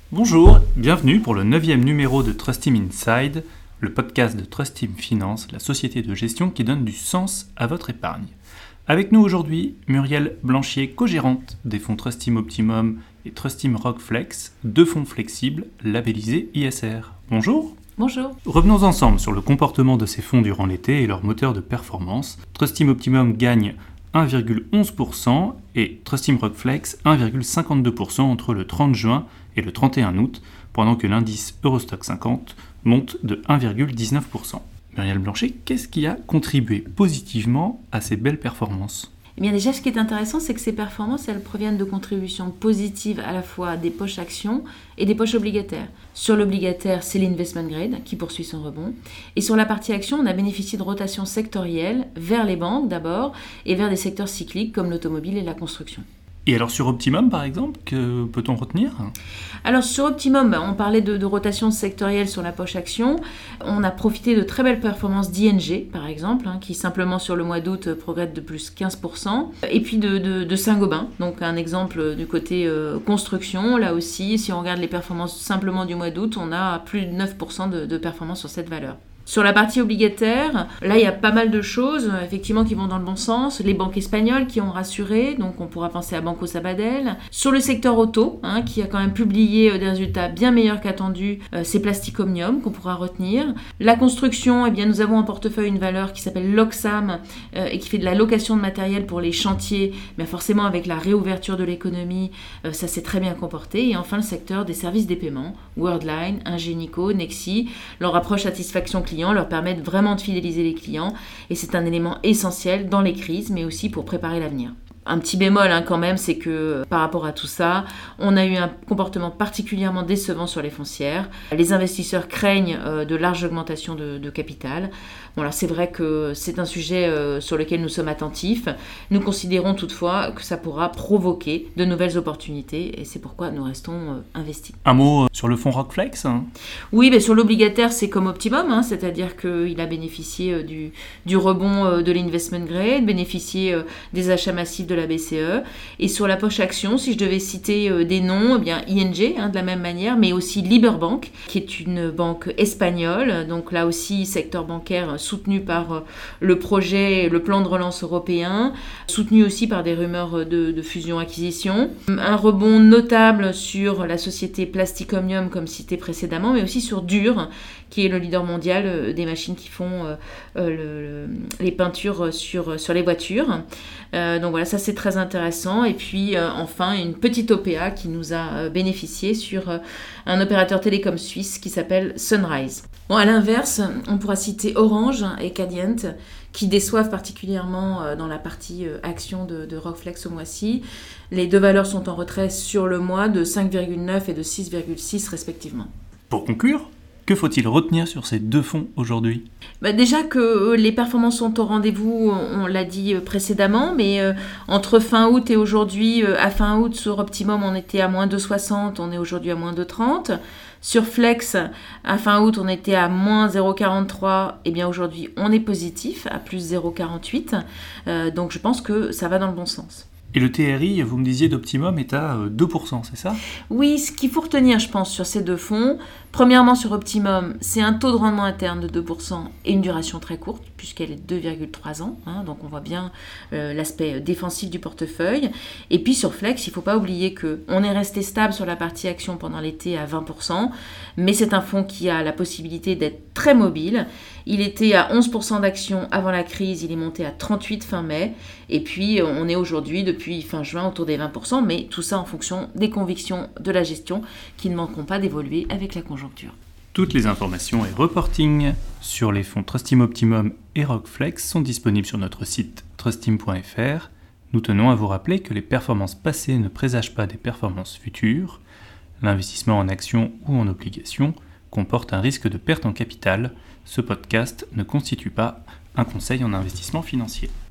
Bonjour, bienvenue pour le 9e numéro de Trust Team Inside, le podcast de Trust Team Finance, la société de gestion qui donne du sens à votre épargne. Avec nous aujourd'hui, Muriel Blanchier, co-gérante des fonds Trust Team Optimum et Trust Team Rockflex, deux fonds flexibles labellisés ISR. Bonjour. Bonjour. Revenons ensemble sur le comportement de ces fonds durant l'été et leur moteur de performance. Trust Team Optimum gagne 1,11% et Trust Team Rockflex 1,52% entre le 30 juin et le 31 août, pendant que l'indice Eurostoxx 50 monte de 1,19%. Muriel Blanchet, qu'est-ce qui a contribué positivement à ces belles performances ? Eh bien déjà, ce qui est intéressant, c'est que ces performances, elles proviennent de contributions positives à la fois des poches actions et des poches obligataires. Sur l'obligataire, c'est l'investment grade qui poursuit son rebond. Et sur la partie action, on a bénéficié de rotations sectorielles vers les banques d'abord et vers des secteurs cycliques comme l'automobile et la construction. Et alors sur Optimum, par exemple, que peut-on retenir ? Alors sur Optimum, on parlait de rotation sectorielle sur la poche action. On a profité de très belles performances d'ING, par exemple, qui simplement sur le mois d'août progresse de plus 15%. Et puis de Saint-Gobain, donc un exemple du côté construction. Là aussi, si on regarde les performances simplement du mois d'août, on a plus de 9% de performance sur cette valeur. Sur la partie obligataire, là, il y a pas mal de choses, effectivement, qui vont dans le bon sens. Les banques espagnoles qui ont rassuré, donc on pourra penser à Banco Sabadell. Sur le secteur auto, qui a quand même publié des résultats bien meilleurs qu'attendus, c'est Plastic Omnium qu'on pourra retenir. La construction, eh bien, nous avons en portefeuille une valeur qui s'appelle Loxam et qui fait de la location de matériel pour les chantiers, mais forcément avec la réouverture de l'économie, ça s'est très bien comporté. Et enfin, le secteur des services des paiements, Worldline, Ingenico, Nexi, leur approche satisfaction client leur permettent vraiment de fidéliser les clients et c'est un élément essentiel dans les crises mais aussi pour préparer l'avenir. Un petit bémol quand même, c'est que par rapport à tout ça, on a eu un comportement particulièrement décevant sur les foncières. Les investisseurs craignent de larges augmentations de capital. Bon, alors c'est vrai que c'est un sujet sur lequel nous sommes attentifs. Nous considérons toutefois que ça pourra provoquer de nouvelles opportunités et c'est pourquoi nous restons investis. Un mot sur le fonds Rockflex ? Oui, mais sur l'obligataire, c'est comme Optimum, c'est-à-dire qu'il a bénéficié du rebond de l'investment grade, bénéficié des achats massifs de la BCE. Et sur la poche action, si je devais citer des noms, eh bien ING, de la même manière, mais aussi Liberbank, qui est une banque espagnole, donc là aussi secteur bancaire soutenu par le projet, le plan de relance européen, soutenu aussi par des rumeurs de fusion-acquisition. Un rebond notable sur la société Plastic Omnium, comme cité précédemment, mais aussi sur Dürr, qui est le leader mondial des machines qui font les peintures sur les voitures. Donc voilà, ça c'est très intéressant. Et puis enfin, une petite OPA qui nous a bénéficié sur un opérateur télécom suisse qui s'appelle Sunrise. Bon, à l'inverse, on pourra citer Orange et Cadient, qui déçoivent particulièrement dans la partie action de Rockflex ce mois-ci. Les deux valeurs sont en retrait sur le mois de 5,9 et de 6,6 respectivement. Pour conclure, que faut-il retenir sur ces deux fonds aujourd'hui ? Déjà que les performances sont au rendez-vous, on l'a dit précédemment, mais entre fin août et aujourd'hui, à fin août sur Optimum on était à moins 2,60, on est aujourd'hui à moins 2,30. Sur Flex, à fin août on était à moins 0,43, et bien aujourd'hui on est positif à plus 0,48, donc je pense que ça va dans le bon sens. Et le TRI, vous me disiez d'Optimum, est à 2%, c'est ça ? Oui, ce qu'il faut retenir, je pense, sur ces deux fonds, premièrement sur Optimum, c'est un taux de rendement interne de 2% et une duration très courte, puisqu'elle est 2,3 ans, donc on voit bien l'aspect défensif du portefeuille. Et puis sur Flex, il ne faut pas oublier qu'on est resté stable sur la partie action pendant l'été à 20%, mais c'est un fonds qui a la possibilité d'être très mobile. Il était à 11% d'actions avant la crise, il est monté à 38 fin mai, et puis on est aujourd'hui, depuis fin juin, autour des 20%, mais tout ça en fonction des convictions de la gestion qui ne manqueront pas d'évoluer avec la conjoncture. Toutes les informations et reporting sur les fonds Trust Team Optimum et Rockflex sont disponibles sur notre site trustteam.fr. Nous tenons à vous rappeler que les performances passées ne présagent pas des performances futures. L'investissement en actions ou en obligations comporte un risque de perte en capital. Ce podcast ne constitue pas un conseil en investissement financier.